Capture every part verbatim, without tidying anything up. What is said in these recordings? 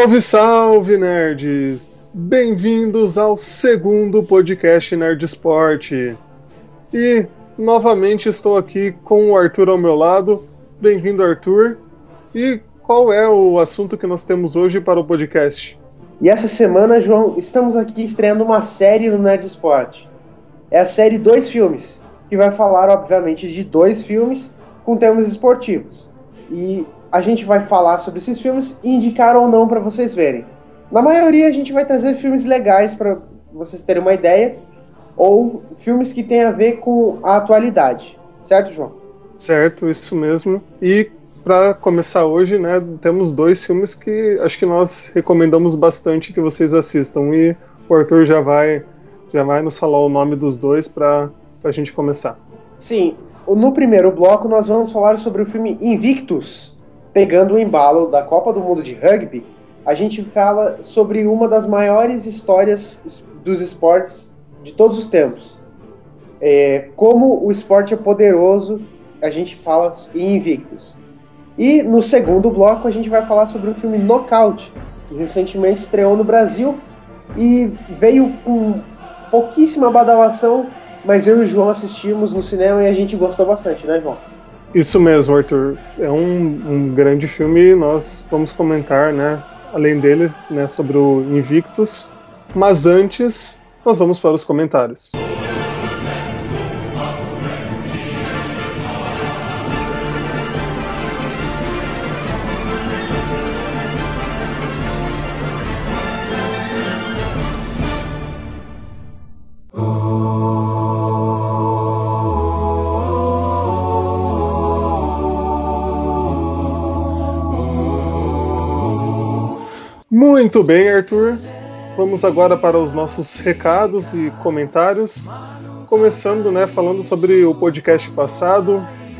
Salve, salve, nerds! Bem-vindos ao segundo podcast Nerd Esporte. E, novamente, estou aqui com o Arthur ao meu lado. Bem-vindo, Arthur. E qual é o assunto que nós temos hoje para o podcast? E essa semana, João, estamos aqui estreando uma série no Nerd Esporte. É a série Dois Filmes, que vai falar, obviamente, de dois filmes com temas esportivos. E a gente vai falar sobre esses filmes e indicar ou não para vocês verem. Na maioria a gente vai trazer filmes legais para vocês terem uma ideia, ou filmes que têm a ver com a atualidade. Certo, João? Certo, isso mesmo. E para começar hoje, né, temos dois filmes que acho que nós recomendamos bastante que vocês assistam. E o Arthur já vai, já vai nos falar o nome dos dois para a gente começar. Sim, no primeiro bloco nós vamos falar sobre o filme Invictus. Pegando o embalo da Copa do Mundo de Rugby, a gente fala sobre uma das maiores histórias dos esportes de todos os tempos. É, como o esporte é poderoso, a gente fala em Invictus. E no segundo bloco a gente vai falar sobre o filme Knockout, que recentemente estreou no Brasil e veio com pouquíssima badalação, mas eu e o João assistimos no cinema e a gente gostou bastante, né, João? Isso mesmo, Arthur. É um, um grande filme e nós vamos comentar, né, além dele, né, sobre o Invictus. Mas antes, nós vamos para os comentários. Muito bem, Arthur. Vamos agora para os nossos recados e comentários. Começando, né, falando sobre o podcast passado,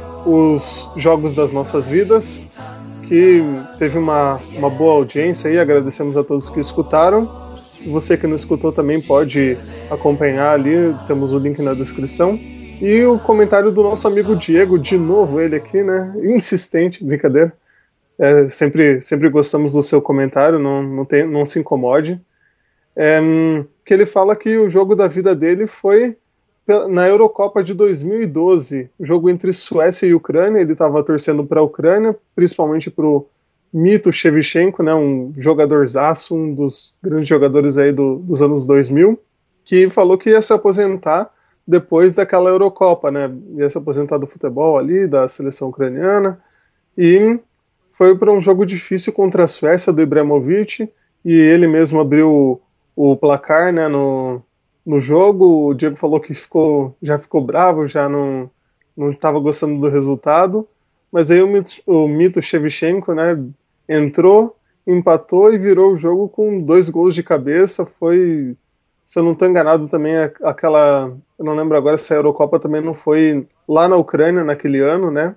os Jogos das Nossas Vidas, que teve uma, uma boa audiência e agradecemos a todos que escutaram. Você que não escutou também pode acompanhar ali, temos o link na descrição. E o comentário do nosso amigo Diego, de novo ele aqui, né, insistente, brincadeira. É, sempre, sempre gostamos do seu comentário, não, não, tem, não se incomode. É, que ele fala que o jogo da vida dele foi na Eurocopa de dois mil e doze, jogo entre Suécia e Ucrânia. Ele estava torcendo para a Ucrânia, principalmente para o Mito Shevchenko, né, um jogadorzaço, um dos grandes jogadores aí do, dos anos dois mil, que falou que ia se aposentar depois daquela Eurocopa, né, ia se aposentar do futebol ali, da seleção ucraniana, e foi para um jogo difícil contra a Suécia, do Ibrahimovic, e ele mesmo abriu o, o placar, né, no, no jogo. O Diego falou que ficou, já ficou bravo, já não não estava gostando do resultado, mas aí o Mito, o Mito Shevchenko, né, entrou, empatou e virou o jogo com dois gols de cabeça. Foi, se eu não estou enganado também, aquela, eu não lembro agora se a Eurocopa também não foi lá na Ucrânia naquele ano, né,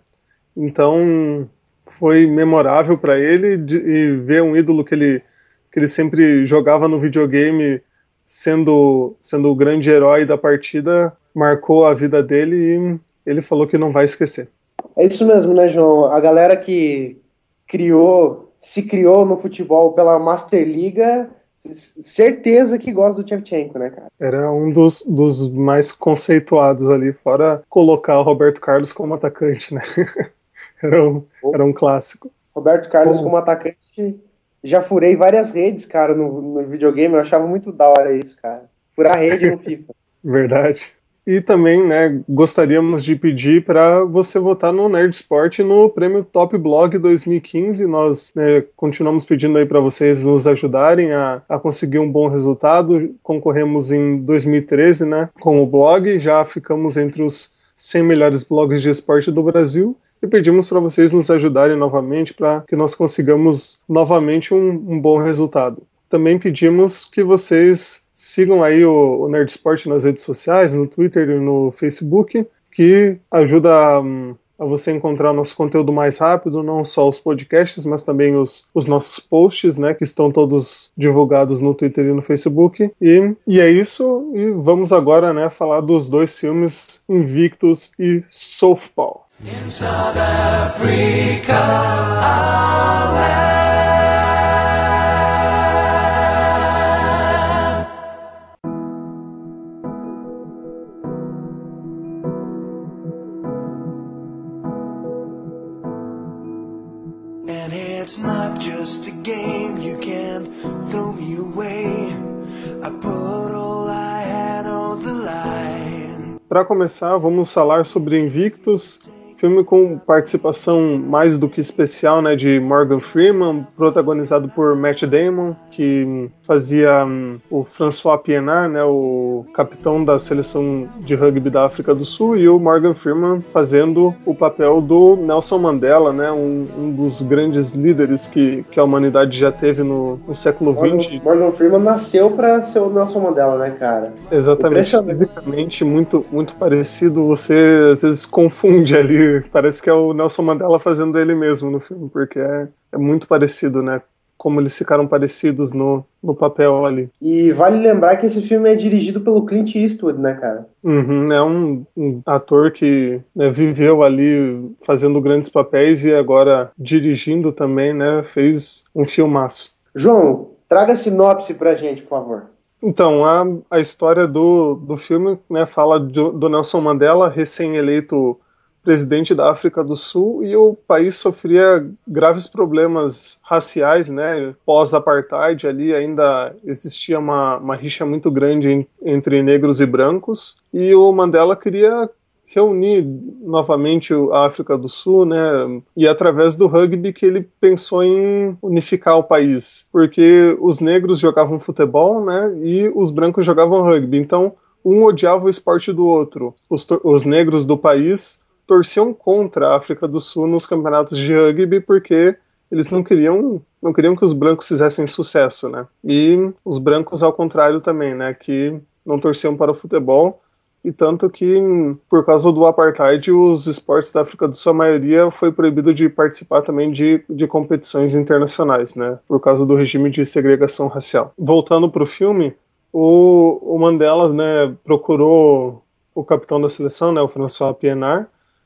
então foi memorável para ele de, e ver um ídolo que ele, que ele sempre jogava no videogame sendo, sendo o grande herói da partida, marcou a vida dele e ele falou que não vai esquecer. É isso mesmo, né, João? A galera que criou, se criou no futebol pela Master Liga, certeza que gosta do Shevchenko, né, cara? Era um dos, dos mais conceituados ali, fora colocar o Roberto Carlos como atacante, né? Era um, era um clássico. Roberto Carlos Bom. Como atacante, já furei várias redes, cara, no, no videogame. Eu achava muito da hora isso, cara. Furar rede no FIFA. Verdade. E também, né, gostaríamos de pedir para você votar no Nerd Sport no prêmio Top Blog dois mil e quinze. Nós, né, continuamos pedindo aí para vocês nos ajudarem a, a conseguir um bom resultado. Concorremos em dois mil e treze, né, com o blog. Já ficamos entre os cem melhores blogs de esporte do Brasil. E pedimos para vocês nos ajudarem novamente para que nós consigamos novamente um, um bom resultado. Também pedimos que vocês sigam aí o, o Nerd Sport nas redes sociais, no Twitter e no Facebook, que ajuda a, a você encontrar nosso conteúdo mais rápido, não só os podcasts, mas também os, os nossos posts, né, que estão todos divulgados no Twitter e no Facebook. E, e é isso, e vamos agora, né, falar dos dois filmes Invictus e Southpaw. In South Africa, I'll it's not just a game, you can't throw me away. I put all I had on the line. Para começar, vamos falar sobre Invictus, filme com participação mais do que especial, né, de Morgan Freeman, protagonizado por Matt Damon, que fazia um, o François Pienaar, né, o capitão da seleção de rugby da África do Sul, e o Morgan Freeman fazendo o papel do Nelson Mandela, né, um, um dos grandes líderes que, que a humanidade já teve no, no século vinte. Morgan, Morgan Freeman nasceu para ser o Nelson Mandela, né, cara? Exatamente, fisicamente muito, muito parecido, você às vezes confunde ali. Parece que é o Nelson Mandela fazendo ele mesmo no filme, porque é, é muito parecido, né? Como eles ficaram parecidos no, no papel ali. E vale lembrar que esse filme é dirigido pelo Clint Eastwood, né, cara? Uhum, é um, um ator que, né, viveu ali fazendo grandes papéis e agora dirigindo também, né? Fez um filmaço. João, traga a sinopse pra gente, por favor. Então, a, a história do, do filme, né, fala do, do Nelson Mandela, recém-eleito presidente da África do Sul, e o país sofria graves problemas raciais, né? Pós-apartheid, ali ainda existia uma, uma rixa muito grande entre negros e brancos, e o Mandela queria reunir novamente a África do Sul, né? E através do rugby que ele pensou em unificar o país, porque os negros jogavam futebol, né? E os brancos jogavam rugby, então um odiava o esporte do outro. Os, os negros do país torciam contra a África do Sul nos campeonatos de rugby porque eles não queriam, não queriam que os brancos fizessem sucesso, né? E os brancos ao contrário também, né? Que não torciam para o futebol, e tanto que por causa do apartheid os esportes da África do Sul, a maioria foi proibido de participar também de, de competições internacionais, né? Por causa do regime de segregação racial. Voltando para o filme, o Mandela, né, procurou o capitão da seleção, né, o François Pienaar,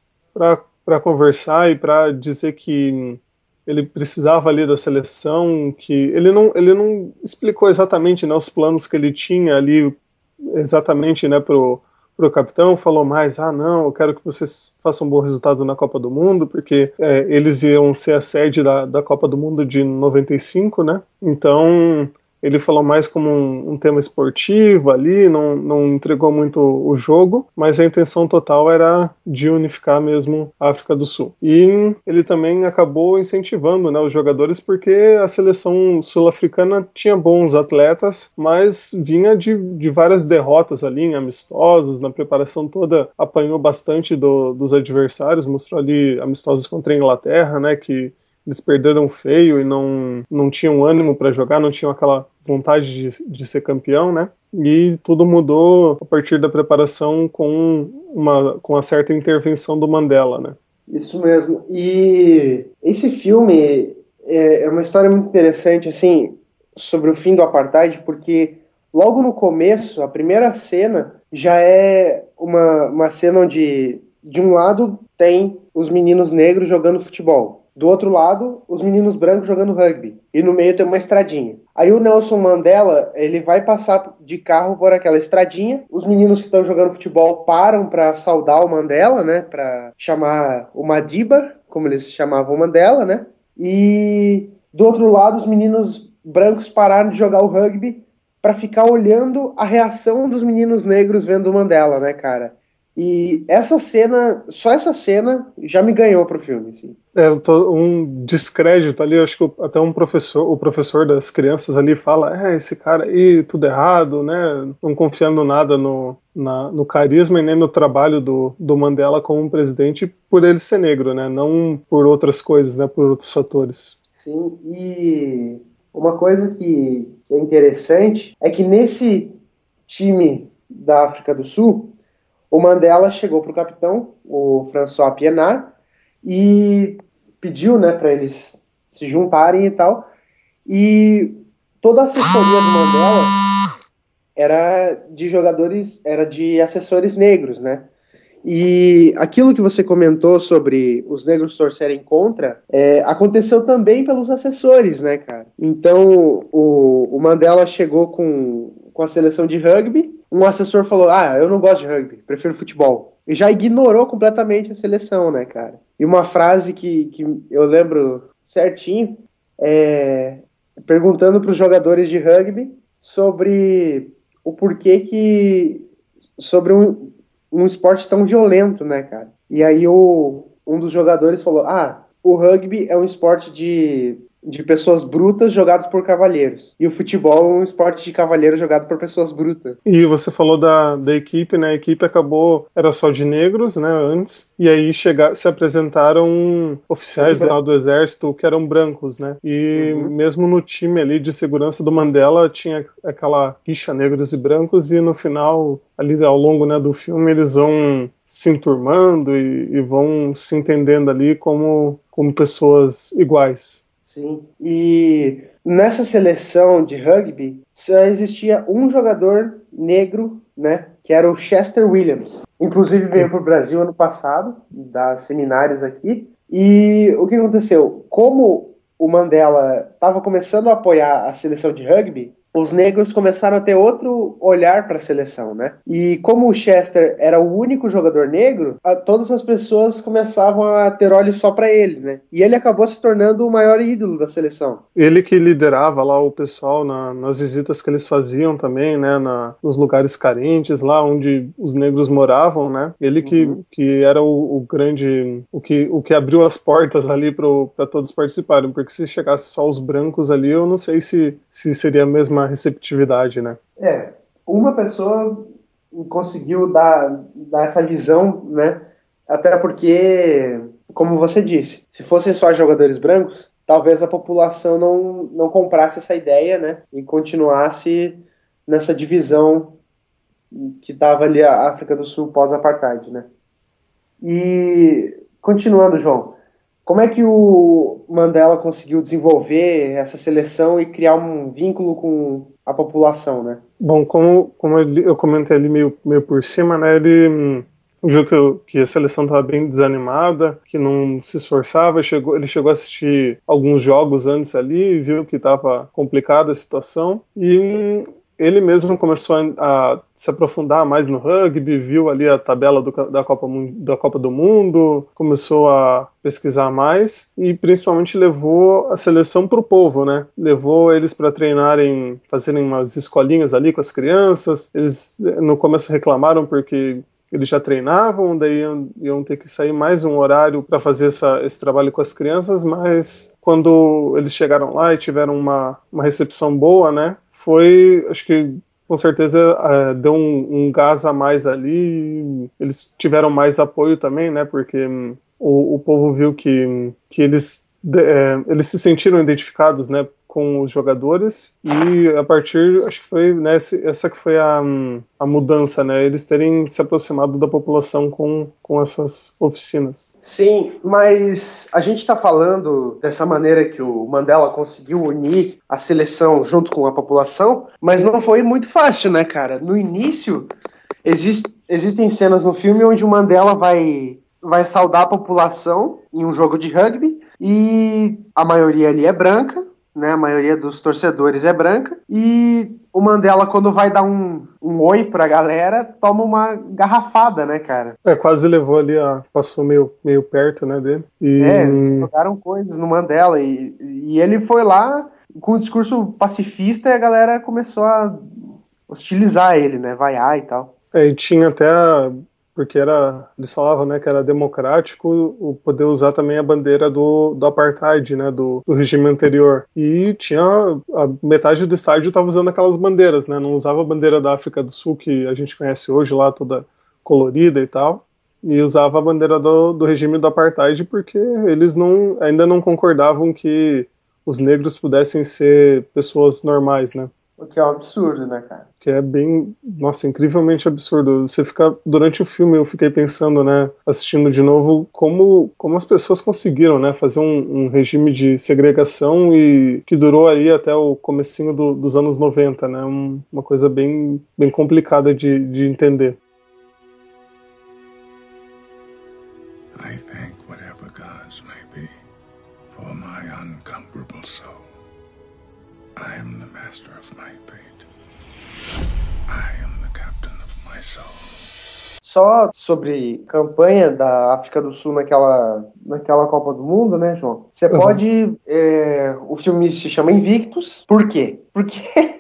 para conversar e para dizer que ele precisava ali da seleção, que ele não, ele não explicou exatamente, né, os planos que ele tinha ali exatamente, né, pro, pro capitão, falou mais, ah não, eu quero que vocês façam um bom resultado na Copa do Mundo, porque é, eles iam ser a sede da, da Copa do Mundo de noventa e cinco, né, então ele falou mais como um, um tema esportivo ali, não, não entregou muito o jogo, mas a intenção total era de unificar mesmo a África do Sul. E ele também acabou incentivando, né, os jogadores, porque a seleção sul-africana tinha bons atletas, mas vinha de, de várias derrotas ali, em amistosos, na preparação toda apanhou bastante do, dos adversários, mostrou ali amistosos contra a Inglaterra, né, que eles perderam feio e não, não tinham ânimo para jogar, não tinham aquela vontade de, de ser campeão, né? E tudo mudou a partir da preparação com uma, com uma certa intervenção do Mandela, né? Isso mesmo. E esse filme é, é uma história muito interessante, assim, sobre o fim do apartheid, porque logo no começo, a primeira cena já é uma, uma cena onde, de um lado, tem os meninos negros jogando futebol. Do outro lado, os meninos brancos jogando rugby. E no meio tem uma estradinha. Aí o Nelson Mandela, ele vai passar de carro por aquela estradinha. Os meninos que estão jogando futebol param para saudar o Mandela, né? Para chamar o Madiba, como eles chamavam o Mandela, né? E do outro lado, os meninos brancos pararam de jogar o rugby para ficar olhando a reação dos meninos negros vendo o Mandela, né, cara? E essa cena, só essa cena já me ganhou pro filme, assim. É, um descrédito ali, acho que até um professor, o professor das crianças ali fala, é, esse cara aí, tudo errado, né, não confiando nada no, na, no carisma e nem no trabalho do, do Mandela como presidente por ele ser negro, né, não por outras coisas, né, por outros fatores. Sim, e uma coisa que é interessante é que nesse time da África do Sul, o Mandela chegou para o capitão, o François Pienaar, e pediu, né, para eles se juntarem e tal. E toda a assessoria do Mandela era de jogadores, era de assessores negros, né? E aquilo que você comentou sobre os negros torcerem contra, é, aconteceu também pelos assessores, né, cara? Então, o, o Mandela chegou com, com a seleção de rugby, um assessor falou, ah, eu não gosto de rugby, prefiro futebol. E já ignorou completamente a seleção, né, cara? E uma frase que, que eu lembro certinho é, perguntando para os jogadores de rugby sobre o porquê que... sobre um, um esporte tão violento, né, cara? E aí o, um dos jogadores falou, ah, o rugby é um esporte de, de pessoas brutas jogadas por cavalheiros. E o futebol é um esporte de cavalheiros jogado por pessoas brutas. E você falou da, da equipe, né? A equipe acabou, era só de negros, né, antes, e aí chega, se apresentaram oficiais lá do exército que eram brancos, né? E uhum. mesmo no time ali de segurança do Mandela tinha aquela rixa negros e brancos, e no final, ali ao longo, né, do filme, eles vão se enturmando e, e vão se entendendo ali como, como pessoas iguais. Sim, e nessa seleção de rugby só existia um jogador negro, né, que era o Chester Williams. Inclusive veio para o Brasil ano passado, dar seminários aqui. E o que aconteceu? Como o Mandela estava começando a apoiar a seleção de rugby, os negros começaram a ter outro olhar para a seleção, né? E como o Chester era o único jogador negro, a, todas as pessoas começavam a ter olhos só para ele, né? E ele acabou se tornando o maior ídolo da seleção. Ele que liderava lá o pessoal na, nas visitas que eles faziam também, né? Na, nos lugares carentes, lá onde os negros moravam, né? Ele que, uhum. que era o, o grande... O que, o que abriu as portas ali para todos participarem, porque se chegasse só os brancos ali, eu não sei se, se seria a mesma receptividade, né? É, uma pessoa conseguiu dar, dar essa visão, né? Até porque, como você disse, se fossem só jogadores brancos, talvez a população não, não comprasse essa ideia, né? E continuasse nessa divisão que estava ali a África do Sul pós-apartheid, né? E, continuando, João, como é que o Mandela conseguiu desenvolver essa seleção e criar um vínculo com a população, né? Bom, como, como eu comentei ali meio, meio por cima, né, ele viu que, eu, que a seleção estava bem desanimada, que não se esforçava, chegou, ele chegou a assistir alguns jogos antes ali, viu que estava complicada a situação, e ele mesmo começou a, a se aprofundar mais no rugby, viu ali a tabela do, da, Copa, da Copa do Mundo, começou a pesquisar mais e principalmente levou a seleção para o povo, né? Levou eles para treinarem, fazerem umas escolinhas ali com as crianças. Eles no começo reclamaram porque eles já treinavam, daí iam, iam ter que sair mais um horário para fazer essa, esse trabalho com as crianças, mas quando eles chegaram lá e tiveram uma, uma recepção boa, né? Foi, acho que com certeza uh, deu um, um gás a mais ali, eles tiveram mais apoio também, né, porque um, o, o povo viu que, que eles, de, é, eles se sentiram identificados, né, com os jogadores, e a partir, acho que foi, né, essa que foi a, a mudança, né, eles terem se aproximado da população com, com essas oficinas. Sim, mas a gente está falando dessa maneira que o Mandela conseguiu unir a seleção junto com a população, mas não foi muito fácil, né, cara? No início, exist, existem cenas no filme onde o Mandela vai, vai saudar a população em um jogo de rugby, e a maioria ali é branca, né, a maioria dos torcedores é branca, e o Mandela, quando vai dar um, um oi pra galera, toma uma garrafada, né, cara? É, quase levou ali, a, passou meio, meio perto, né, dele. E... É, eles jogaram coisas no Mandela, e, e ele foi lá com um discurso pacifista e a galera começou a hostilizar ele, né, vaiar e tal. É, e tinha até... porque era, eles falavam, né, que era democrático o poder usar também a bandeira do, do apartheid, né, do, do regime anterior. E tinha, a metade do estádio estava usando aquelas bandeiras, né, não usava a bandeira da África do Sul, que a gente conhece hoje lá, toda colorida e tal, e usava a bandeira do, do regime do apartheid porque eles não, ainda não concordavam que os negros pudessem ser pessoas normais, né. O que é um absurdo, né, cara? Que é bem, nossa, incrivelmente absurdo. Você fica, durante o filme eu fiquei pensando, né, assistindo de novo, como, como as pessoas conseguiram, né, fazer um, um regime de segregação e que durou aí até o comecinho do, dos anos noventa, né, um, uma coisa bem, bem complicada de, de entender. I thank whatever gods may be for my unconquerable soul. I am the master of my fate. I am the captain of my soul. só sobre campanha da África do Sul naquela, naquela Copa do Mundo, né, João? Você uhum. pode... É, o filme se chama Invictus. Por quê? Porque...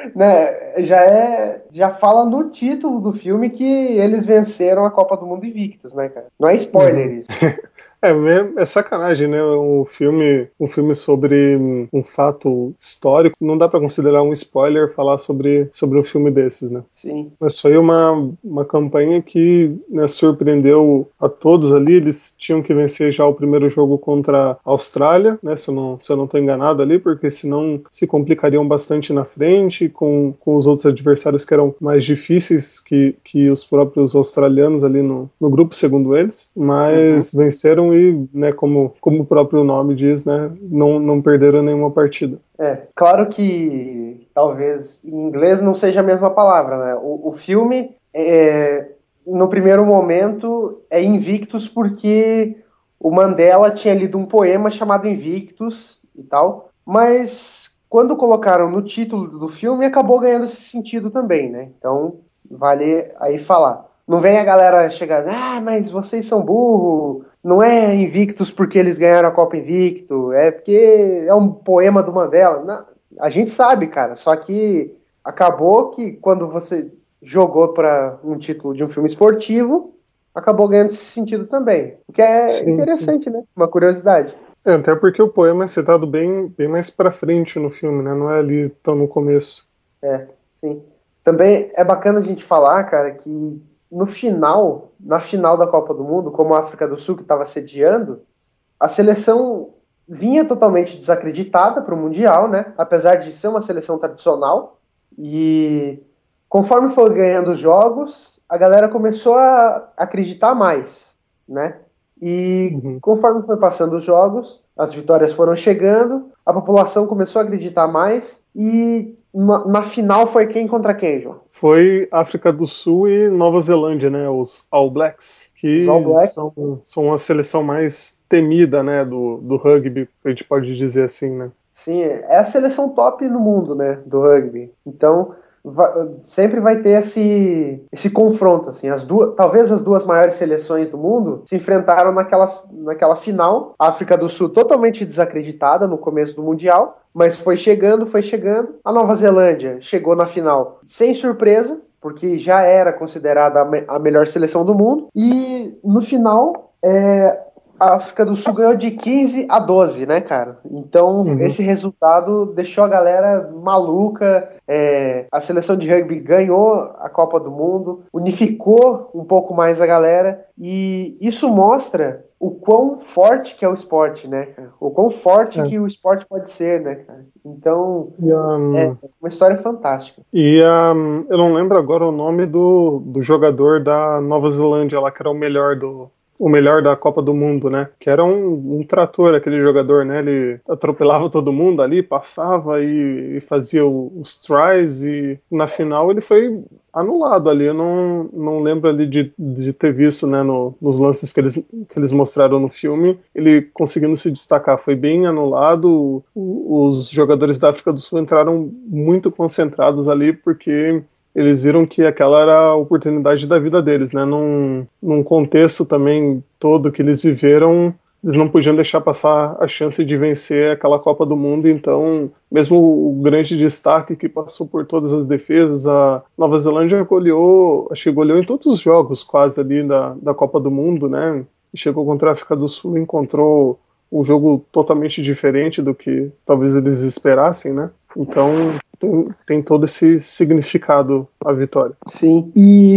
Né, já, é, já fala no título do filme que eles venceram a Copa do Mundo invictos, né, cara? Não é spoiler uhum. isso. É, é sacanagem, né? Um filme, um filme sobre um fato histórico. Não dá pra considerar um spoiler falar sobre, sobre um filme desses, né? Sim. Mas foi uma, uma campanha que, né, surpreendeu a todos ali. Eles tinham que vencer já o primeiro jogo contra a Austrália, né? Se eu não, se eu não tô enganado ali, porque senão se complicariam bastante na frente com, com os outros adversários que eram mais difíceis que, que os próprios australianos ali no, no grupo, segundo eles. Mas uhum. venceram e, né, como, como o próprio nome diz, né, não, não perderam nenhuma partida. É, claro que talvez em inglês não seja a mesma palavra, né? O, o filme, é, no primeiro momento, é Invictus porque o Mandela tinha lido um poema chamado Invictus e tal, mas quando colocaram no título do filme, acabou ganhando esse sentido também, né? Então, vale aí falar. Não vem a galera chegar, ah, mas vocês são burro, não é Invictus porque eles ganharam a Copa Invicto, é porque é um poema do Mandela. Não, a gente sabe, cara, só que acabou que quando você jogou para um título de um filme esportivo, acabou ganhando esse sentido também. O que é sim, interessante, sim. né? Uma curiosidade. É, até porque o poema é citado bem, bem mais pra frente no filme, né? Não é ali tão no começo. É, sim. Também é bacana a gente falar, cara, que no final, na final da Copa do Mundo, como a África do Sul que estava sediando, a seleção vinha totalmente desacreditada para o Mundial, né? Apesar de ser uma seleção tradicional. E conforme foi ganhando os jogos, a galera começou a acreditar mais, né? E uhum. conforme foi passando os jogos, as vitórias foram chegando, a população começou a acreditar mais e na, na final foi quem contra quem, João? Foi África do Sul e Nova Zelândia, né? Os All Blacks, que All Blacks. São, são a seleção mais temida, né? Do, do rugby, a gente pode dizer assim, né? Sim, é a seleção top no mundo, né? Do rugby. Então vai, sempre vai ter esse, esse confronto, assim, as duas, talvez as duas maiores seleções do mundo se enfrentaram naquela, naquela final. A África do Sul totalmente desacreditada no começo do Mundial, mas foi chegando, foi chegando. A Nova Zelândia chegou na final sem surpresa, porque já era considerada a, me, a melhor seleção do mundo, e no final é, a África do Sul ganhou de quinze a doze, né, cara? Então, uhum. esse resultado deixou a galera maluca. É, a seleção de rugby ganhou a Copa do Mundo, unificou um pouco mais a galera, e isso mostra o quão forte que é o esporte, né, cara? O quão forte é. que o esporte pode ser, né, cara? Então, e, um, é uma história fantástica. E um, eu não lembro agora o nome do, do jogador da Nova Zelândia lá, que era o melhor do... o melhor da Copa do Mundo, né? Que era um, um trator, aquele jogador, né? Ele atropelava todo mundo ali, passava e, e fazia o, os tries, e na final ele foi anulado ali. Eu não, não lembro ali de, de ter visto, né, no, nos lances que eles, que eles mostraram no filme, ele conseguindo se destacar. Foi bem anulado. O, os jogadores da África do Sul entraram muito concentrados ali, porque eles viram que aquela era a oportunidade da vida deles, né? Num, num contexto também todo que eles viveram, eles não podiam deixar passar a chance de vencer aquela Copa do Mundo. Então, mesmo o grande destaque que passou por todas as defesas, a Nova Zelândia goleou, acho que goleou em todos os jogos quase ali da, da Copa do Mundo, né? Chegou contra a África do Sul e encontrou um jogo totalmente diferente do que talvez eles esperassem, né? Então tem, tem todo esse significado a vitória. Sim,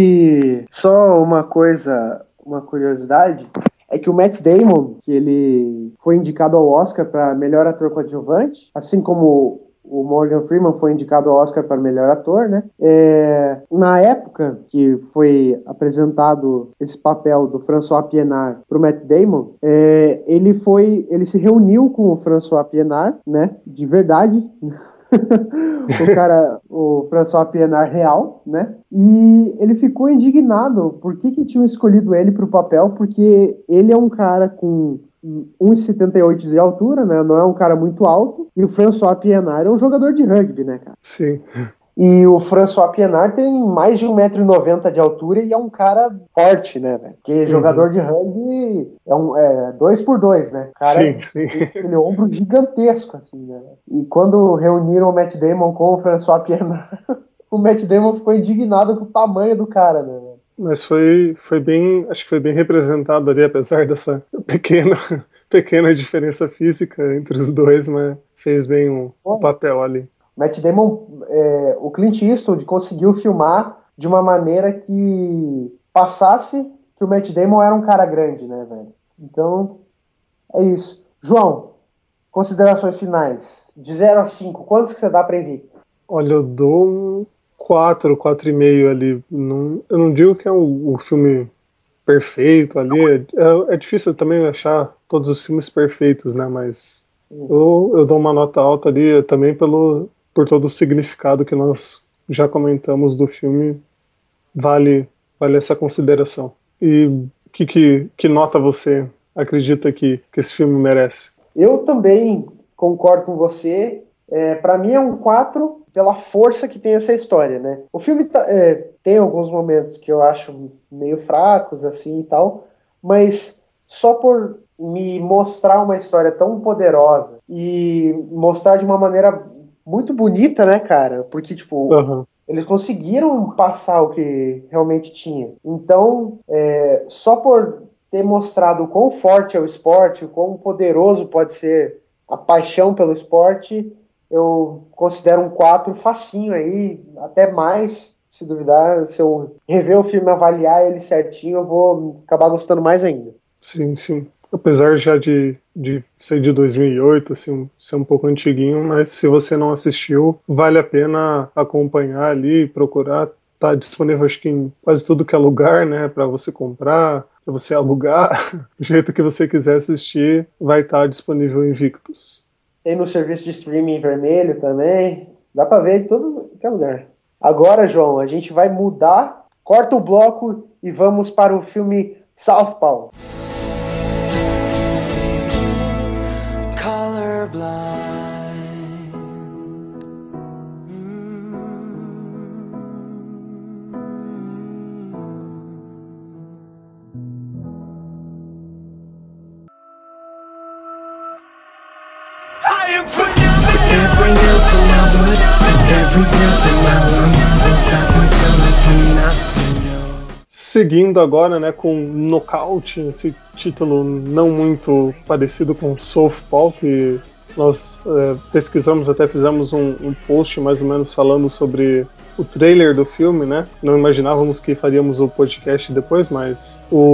e só uma coisa, uma curiosidade, é que o Matt Damon, que ele foi indicado ao Oscar para melhor ator coadjuvante, assim como o Morgan Freeman foi indicado ao Oscar para melhor ator, né? É, na época que foi apresentado esse papel do François Pienaar para o Matt Damon, é, ele foi, ele se reuniu com o François Pienaar, né? De verdade. o cara, o François Pienaar real, né? E ele ficou indignado por que que tinham escolhido ele para o papel, porque ele é um cara com um e setenta e oito de altura, né? Não é um cara muito alto, e o François Pienaar é um jogador de rugby, né, cara? Sim. E o François Pienaar tem mais de um metro e noventa de altura e é um cara forte, né, velho? Porque Uhum. jogador de rugby é, um, é dois por dois, né? O cara Sim, sim. tem aquele ombro gigantesco, assim, né? E quando reuniram o Matt Damon com o François Pienaar, o Matt Damon ficou indignado com o tamanho do cara, né? Mas foi, foi bem, acho que foi bem representado ali, apesar dessa pequena, pequena diferença física entre os dois, mas fez bem o, o papel ali. Matt Damon, é, o Clint Eastwood conseguiu filmar de uma maneira que passasse que o Matt Damon era um cara grande, né, velho? Então, é isso. João, considerações finais. De zero a cinco, quantos que você dá pra Invictus? Olha, eu dou um quatro, quatro e meio ali. Não, eu não digo que é o, o filme perfeito ali. É, é, é difícil também achar todos os filmes perfeitos, né? Mas eu, eu dou uma nota alta ali também pelo, por todo o significado que nós já comentamos do filme. Vale, vale essa consideração. E que, que, que nota você acredita que, que esse filme merece? Eu também concordo com você. É, para mim é um quatro pela força que tem essa história, né? O filme tá, é, tem alguns momentos que eu acho meio fracos, assim e tal, mas só por me mostrar uma história tão poderosa e mostrar de uma maneira muito bonita, né, cara? Porque, tipo, Uhum. eles conseguiram passar o que realmente tinha. Então, é, só por ter mostrado o quão forte é o esporte, o quão poderoso pode ser a paixão pelo esporte, eu considero um quatro facinho aí, até mais, se duvidar. Se eu rever o filme e avaliar ele certinho, eu vou acabar gostando mais ainda. Sim, sim. Apesar já de, de ser de dois mil e oito, assim, ser um pouco antiguinho, mas se você não assistiu, vale a pena acompanhar ali, procurar. Tá disponível, acho que em quase tudo que é lugar, né, para você comprar, para você alugar, do jeito que você quiser assistir, vai estar disponível em Invictus. Tem no serviço de streaming vermelho também. Dá pra ver em todo que é lugar. Agora, João, a gente vai mudar, corta o bloco e vamos para o filme Southpaw. Seguindo agora, né, com Knockout, esse título não muito parecido com Southpaw, que nós é, pesquisamos, até fizemos um, um post mais ou menos falando sobre o trailer do filme, né? Não imaginávamos que faríamos o podcast depois, mas o,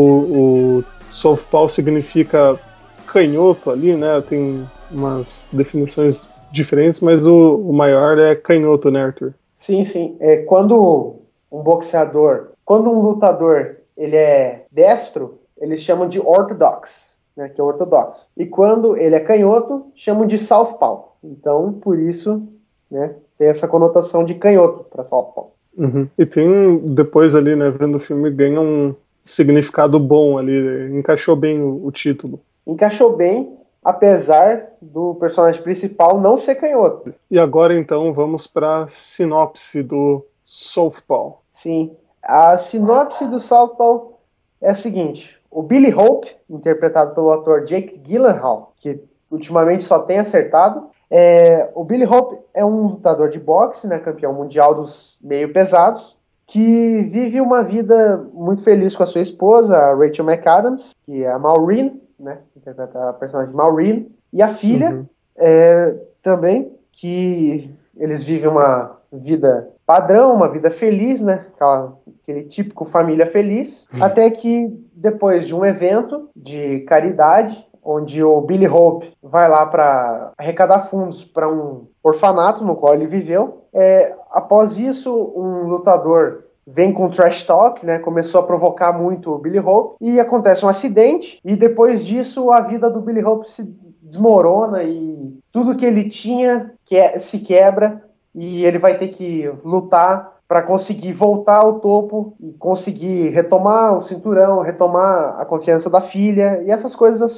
o Southpaw significa canhoto ali, né? Tem umas definições diferentes, mas o, o maior é canhoto, né, Arthur? Sim, sim. É, quando um boxeador, quando um lutador ele é destro, eles chamam de orthodox, né, que é ortodoxo. E quando ele é canhoto, chamam de southpaw. Então, por isso, né, tem essa conotação de canhoto para southpaw. Uhum. E tem, depois ali, né, vendo o filme, ganha um significado bom ali, encaixou bem o, o título. Encaixou bem, apesar do personagem principal não ser canhoto. E agora, então, vamos para a sinopse do Southpaw. Sim, a sinopse do Southpaw é a seguinte: o Billy Hope, interpretado pelo ator Jake Gyllenhaal, que ultimamente só tem acertado, é, o Billy Hope é um lutador de boxe, né, campeão mundial dos meio pesados, que vive uma vida muito feliz com a sua esposa, a Rachel McAdams, que é a Maureen, né, interpreta a personagem Maureen, e a filha, uhum. é, também, que eles vivem uma vida padrão, uma vida feliz, né? Aquela, aquele típico família feliz, uhum. Até que depois de um evento de caridade, onde o Billy Hope vai lá para arrecadar fundos para um orfanato no qual ele viveu, é, após isso um lutador vem com trash talk, né? Começou a provocar muito o Billy Hope e acontece um acidente e depois disso a vida do Billy Hope se desmorona e tudo que ele tinha que, se quebra e ele vai ter que lutar para conseguir voltar ao topo e conseguir retomar o cinturão, retomar a confiança da filha e essas coisas assim.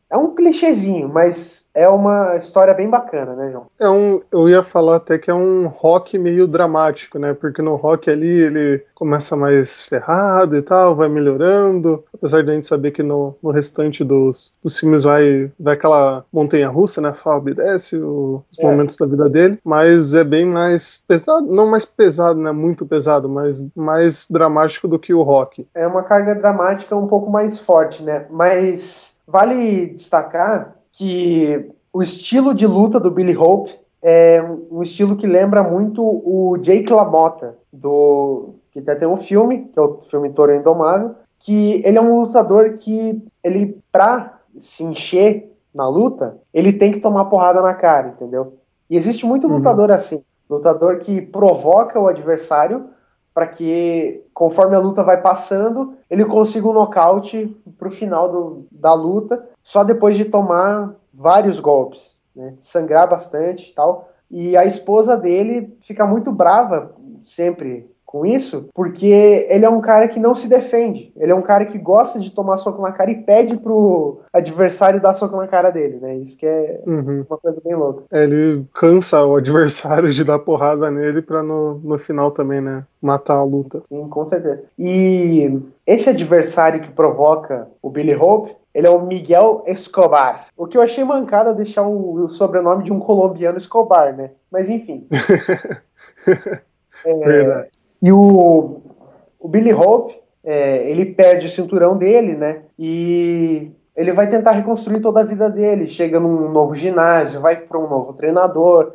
É um clichêzinho, mas é uma história bem bacana, né, João? É um, eu ia falar até que é um rock meio dramático, né? Porque no rock ali ele começa mais ferrado e tal, vai melhorando, apesar de a gente saber que no, no restante dos, dos filmes vai, vai aquela montanha-russa, né? Sobe e desce o- os É, momentos da vida dele, mas é bem mais pesado, não mais pesado, né? Muito pesado, mas mais dramático do que o rock. é uma carga dramática um pouco mais forte, né? Mas vale destacar que o estilo de luta do Billy Hope é um estilo que lembra muito o Jake LaMotta, do que até tem um filme, que é o filme Toro Indomável, que ele é um lutador que ele, pra se encher na luta, ele tem que tomar porrada na cara, entendeu? E existe muito Uhum. lutador assim, lutador que provoca o adversário para que, conforme a luta vai passando, ele consiga um nocaute pro final do, da luta, só depois de tomar vários golpes, né? Sangrar bastante e tal. E a esposa dele fica muito brava sempre com isso, porque ele é um cara que não se defende. Ele é um cara que gosta de tomar soco na cara e pede pro adversário dar soco na cara dele, né? Isso que é Uhum. uma coisa bem louca. É, ele cansa o adversário de dar porrada nele pra no, no final também, né? Matar a luta. Sim, com certeza. E esse adversário que provoca o Billy Hope, ele é o Miguel Escobar. O que eu achei mancada deixar o, o sobrenome de um colombiano Escobar, né? Mas enfim. Verdade. E o, o Billy Hope, é, ele perde o cinturão dele, né? E ele vai tentar reconstruir toda a vida dele. Chega num novo ginásio, vai para um novo treinador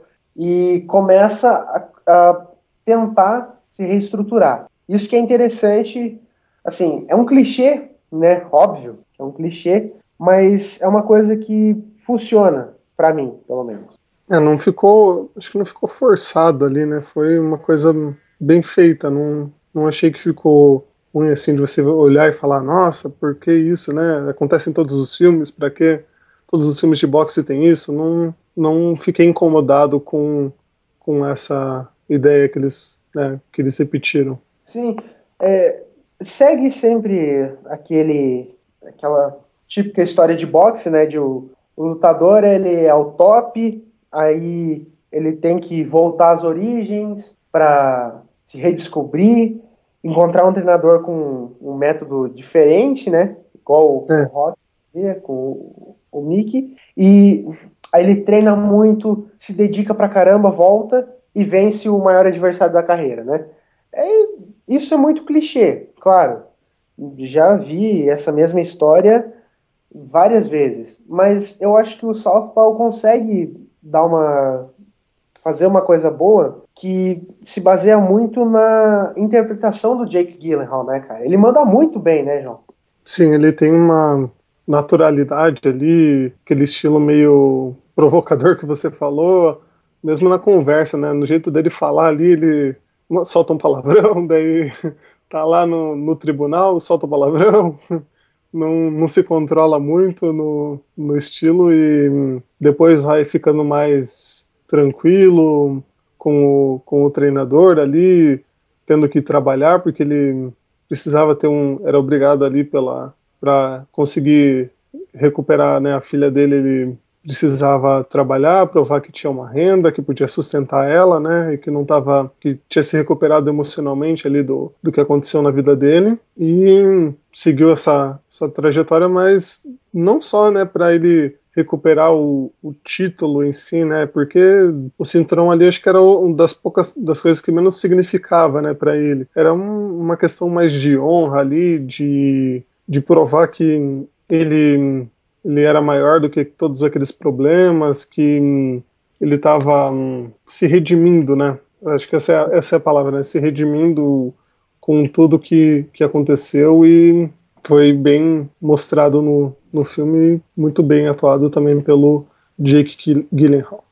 e começa a, a tentar se reestruturar. Isso que é interessante, assim, é um clichê, né? Óbvio, é um clichê, mas é uma coisa que funciona para mim, pelo menos. É, não ficou, acho que não ficou forçado ali, né? Foi uma coisa bem feita, não, não achei que ficou ruim assim de você olhar e falar, nossa, por que isso, né? Acontece em todos os filmes, pra que todos os filmes de boxe tem isso? Não, não fiquei incomodado com, com essa ideia que eles, né, que eles repetiram. Sim, é, segue sempre aquele, aquela típica história de boxe, né? De o, o lutador ele é o top, aí ele tem que voltar às origens para se redescobrir, encontrar um treinador com um método diferente, né? Igual o É, Rock, né, com o, o Mickey, e aí ele treina muito, se dedica pra caramba, volta e vence o maior adversário da carreira, né? É, isso é muito clichê, claro. Já vi essa mesma história várias vezes, mas eu acho que o Southpaw consegue dar uma fazer uma coisa boa que se baseia muito na interpretação do Jake Gyllenhaal, né, cara? Ele manda muito bem, né, João? sim, ele tem uma naturalidade ali, aquele estilo meio provocador que você falou, mesmo na conversa, né? No jeito dele falar ali, ele solta um palavrão, daí tá lá no, no tribunal, solta um palavrão, não, não se controla muito no, no estilo e depois vai ficando mais tranquilo com o, com o treinador ali, tendo que trabalhar, porque ele precisava ter um, era obrigado ali pela para conseguir recuperar, né, a filha dele, ele precisava trabalhar, provar que tinha uma renda, que podia sustentar ela, né, e que não tava, que tinha se recuperado emocionalmente ali do, do que aconteceu na vida dele e seguiu essa, essa trajetória, mas não só, né, para ele recuperar o, o título em si, né? Porque o cinturão ali acho que era uma das poucas das coisas que menos significava, né, para ele. Era um, uma questão mais de honra ali, de, de provar que ele ele era maior do que todos aqueles problemas, que ele estava um, se redimindo, né? Acho que essa é, essa é a palavra, né? Se redimindo com tudo que, que aconteceu e foi bem mostrado no, no filme, muito bem atuado também pelo Jake Gyllenhaal.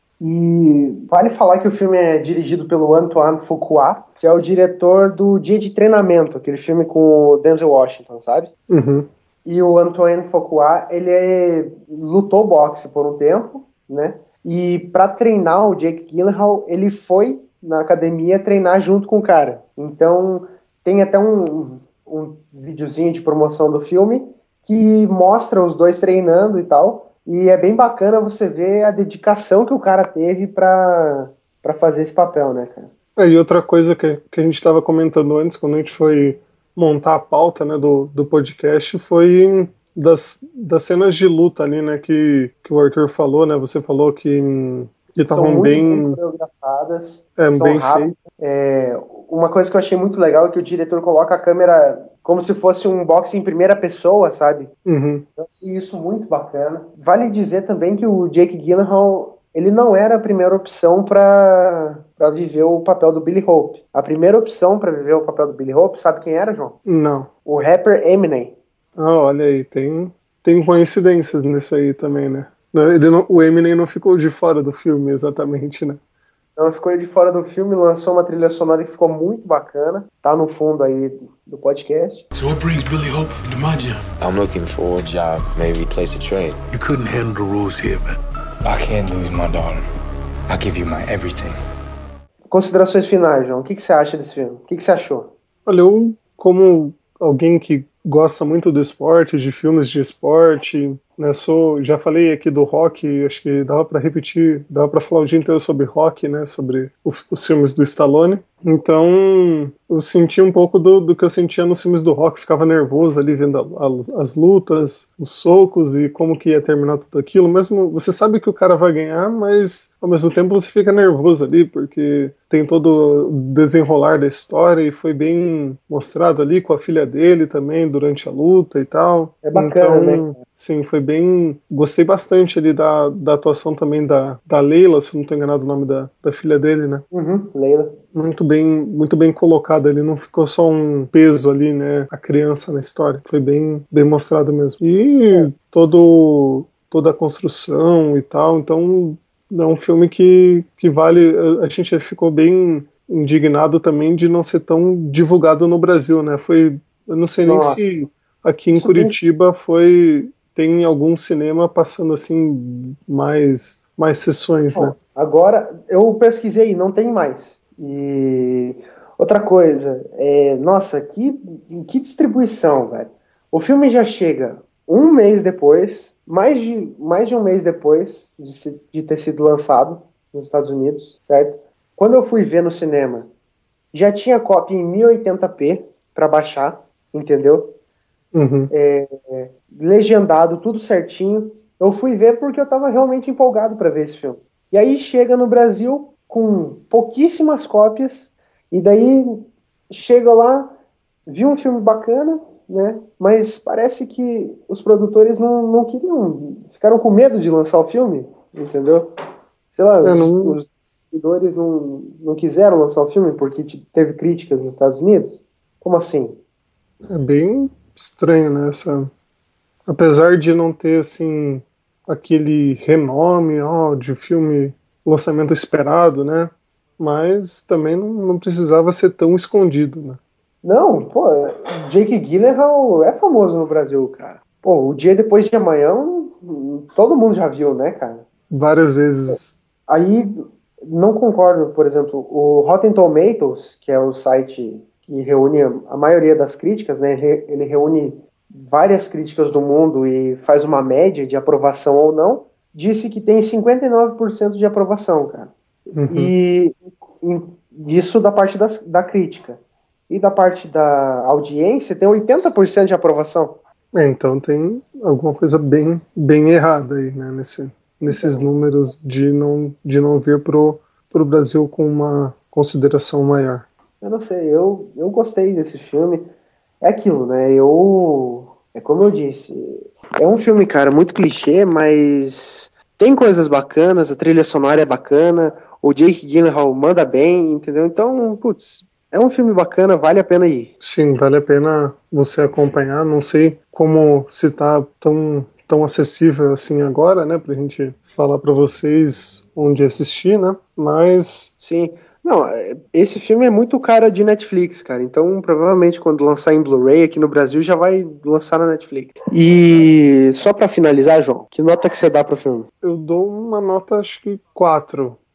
E vale falar que o filme é dirigido pelo Antoine Fuqua, que é o diretor do Dia de Treinamento, aquele filme com o Denzel Washington, sabe? Uhum. E o Antoine Fuqua, ele é, lutou boxe por um tempo, né? E para treinar o Jake Gyllenhaal, ele foi na academia treinar junto com o cara. Então, tem até um, um videozinho de promoção do filme que mostra os dois treinando e tal. E é bem bacana você ver a dedicação que o cara teve pra, pra fazer esse papel, né, cara? É, e outra coisa que, que a gente estava comentando antes, quando a gente foi montar a pauta, né, do, do podcast, foi das, das cenas de luta ali, né, que, que o Arthur falou, né? Você falou que que São estavam muito bem bem, coreografadas, é, são bem rápidas. feitas. É, uma coisa que eu achei muito legal é que o diretor coloca a câmera como se fosse um boxe em primeira pessoa, sabe? Uhum. Eu achei isso muito bacana. Vale dizer também que o Jake Gyllenhaal, ele não era a primeira opção para viver o papel do Billy Hope. A primeira opção para viver o papel do Billy Hope, sabe quem era, João? Não. O rapper Eminem. Ah, olha aí, tem, tem coincidências nisso aí também, né? Não, ele não- o Eminem não ficou de fora do filme, exatamente, né? Então ficou de fora do filme, lançou uma trilha sonora que ficou muito bacana. Tá no fundo aí do podcast. So what brings Billy Hope into my job? I'm looking for a job, maybe a place to trade. You couldn't handle the rules here, man. I can't lose my darling. I'll give you my everything. Considerações finais, João. O que, que você acha desse filme? O que, que você achou? Olha, eu, como alguém que gosta muito do esporte, de filmes de esporte, né, sou, já falei aqui do rock, acho que dava para repetir, dava para falar o dia inteiro sobre rock, né, sobre o, os filmes do Stallone. Então, eu senti um pouco do, do que eu sentia nos filmes do rock, ficava nervoso ali vendo a, a, as lutas, os socos e como que ia terminar tudo aquilo. Mesmo você sabe que o cara vai ganhar, mas ao mesmo tempo você fica nervoso ali, porque tem todo o desenrolar da história e foi bem mostrado ali com a filha dele também durante a luta e tal. É bacana, então, né? Sim, foi bem... Gostei bastante ali da, da atuação também da, da Leila, se não estou enganado o nome da, da filha dele, né? Uhum, Leila. Muito bem, muito bem colocado ali, não ficou só um peso ali, né, a criança na história, foi bem, bem mostrado mesmo. E todo, toda a construção e tal, então é um filme que, que vale, a gente ficou bem indignado também de não ser tão divulgado no Brasil, né, foi, eu não sei nem Nossa. se aqui em Isso Curitiba foi, tem algum cinema passando assim mais, mais sessões, Bom, né. agora, eu pesquisei, não tem mais. E outra coisa, é, nossa, que, que distribuição, velho. O filme já chega um mês depois, mais de, mais de um mês depois de, se- de ter sido lançado nos Estados Unidos, certo? Quando eu fui ver no cinema, já tinha cópia em mil e oitenta p para baixar, entendeu? Uhum. Legendado, tudo certinho. Eu fui ver porque eu tava realmente empolgado para ver esse filme. E aí chega no Brasil com pouquíssimas cópias, e daí chega lá, vi um filme bacana, né? Mas parece que os produtores não, não queriam, ficaram com medo de lançar o filme, entendeu? Sei lá, É, os, não- os distribuidores não, não quiseram lançar o filme porque te- teve críticas nos Estados Unidos. Como assim? É bem estranho, né? Essa... Apesar de não ter, assim, aquele renome, ó, de filme, lançamento esperado, né? Mas também não, não precisava ser tão escondido, né? Não, pô, Jake Gyllenhaal é famoso no Brasil, cara. Pô, o Dia Depois de Amanhã, hum, todo mundo já viu, né, cara? Várias vezes. Aí, não concordo, por exemplo, o Rotten Tomatoes, que é o site que reúne a maioria das críticas, né? Ele ele reúne várias críticas do mundo e faz uma média de aprovação ou não, disse que tem cinquenta e nove por cento de aprovação, cara. Uhum. E em- isso da parte das, da crítica. E da parte da audiência tem oitenta por cento de aprovação. É, então tem alguma coisa bem, bem errada aí, né? Nesse, nesses números de não, de não vir pro, pro Brasil com uma consideração maior. Eu não sei, eu, eu gostei desse filme. É aquilo, né? Eu. É como eu disse. É um filme, cara, muito clichê, mas tem coisas bacanas, a trilha sonora é bacana, o Jake Gyllenhaal manda bem, entendeu? Então, putz, é um filme bacana, vale a pena ir. Sim, vale a pena você acompanhar. Não sei como se tá tão, tão acessível assim agora, né? Pra gente falar pra vocês onde assistir, né? Mas Sim. Não, é- esse filme é muito cara de Netflix, cara. Então, provavelmente, quando lançar em Blu-ray aqui no Brasil, já vai lançar na Netflix. E só pra finalizar, João, que nota que você dá pro filme? eu dou uma nota, acho que quatro.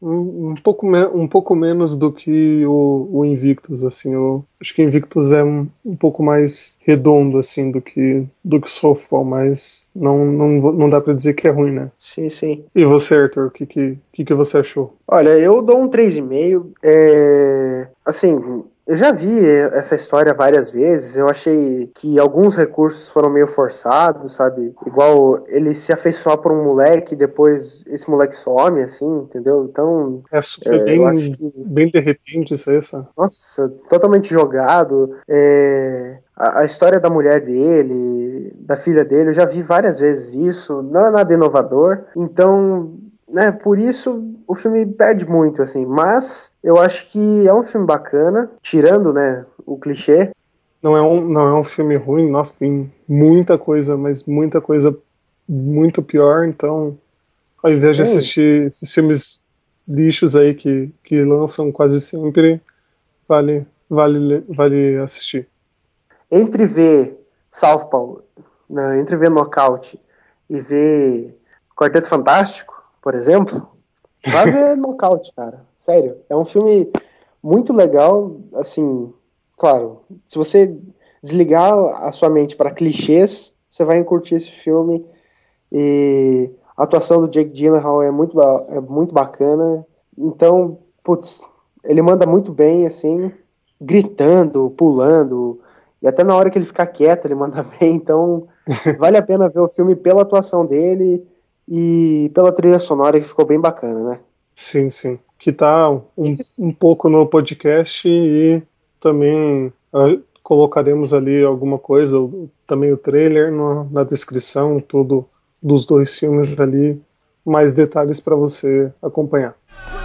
Um, um, pouco, me, um pouco menos do que o, o Invictus, assim, eu acho que Invictus é um, um pouco mais redondo, assim, do que, do que Soulfall, mas não, não, não dá pra dizer que é ruim, né? Sim, sim. E você, Arthur, o que, que, que, que você achou? Olha, eu dou um três vírgula cinco, é... assim... Eu já vi essa história várias vezes, eu achei que alguns recursos foram meio forçados, sabe? Igual ele se afeiçoar por um moleque e depois esse moleque some, assim, entendeu? Então, é, foi é, bem, eu acho que... bem de repente isso aí, sabe? Nossa, totalmente jogado. É... A, a história da mulher dele, da filha dele, eu já vi várias vezes isso, não é nada inovador, então... Né, por isso o filme perde muito, assim, mas eu acho que é um filme bacana, tirando, né, o clichê. Não é um, não é um filme ruim, nossa, tem muita coisa, mas muita coisa muito pior, então ao invés de Sim. assistir esses filmes lixos aí que, que lançam quase sempre, vale, vale, vale assistir. Entre ver Southpaw, né, entre ver Knockout e ver Quarteto Fantástico, por exemplo, vai ver Knockout, cara. Sério. É um filme muito legal, assim, claro, se você desligar a sua mente para clichês, você vai curtir esse filme. E a atuação do Jake Gyllenhaal é muito, é muito bacana. Então, putz, ele manda muito bem, assim, gritando, pulando, e até na hora que ele fica quieto, ele manda bem. Então, vale a pena ver o filme pela atuação dele e pela trilha sonora, que ficou bem bacana, né? Sim, sim. Que tá um, um pouco no podcast e também uh, colocaremos ali alguma coisa, também o trailer no, na descrição, tudo dos dois filmes ali, mais detalhes para você acompanhar.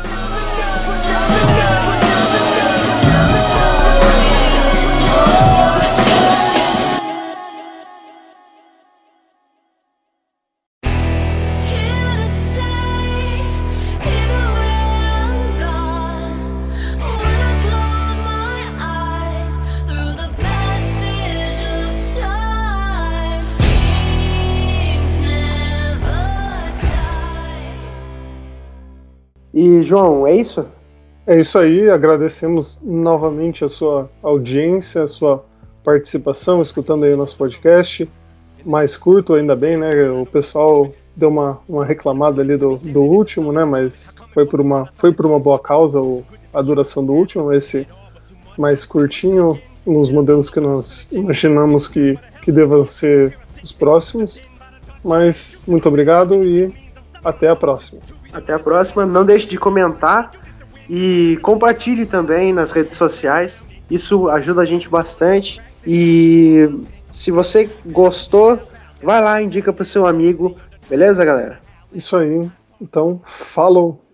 E, João, é isso? É isso aí, agradecemos novamente a sua audiência, a sua participação, escutando aí o nosso podcast, mais curto ainda bem, né, o pessoal deu uma, uma reclamada ali do, do último, né, mas foi por uma, foi por uma boa causa o, a duração do último, esse mais curtinho, nos modelos que nós imaginamos que, que devam ser os próximos, mas muito obrigado e até a próxima. Até a próxima. Não deixe de comentar e compartilhe também nas redes sociais. Isso ajuda a gente bastante. E se você gostou, vai lá e indica pro seu amigo. Beleza, galera? Isso aí. Então, falou!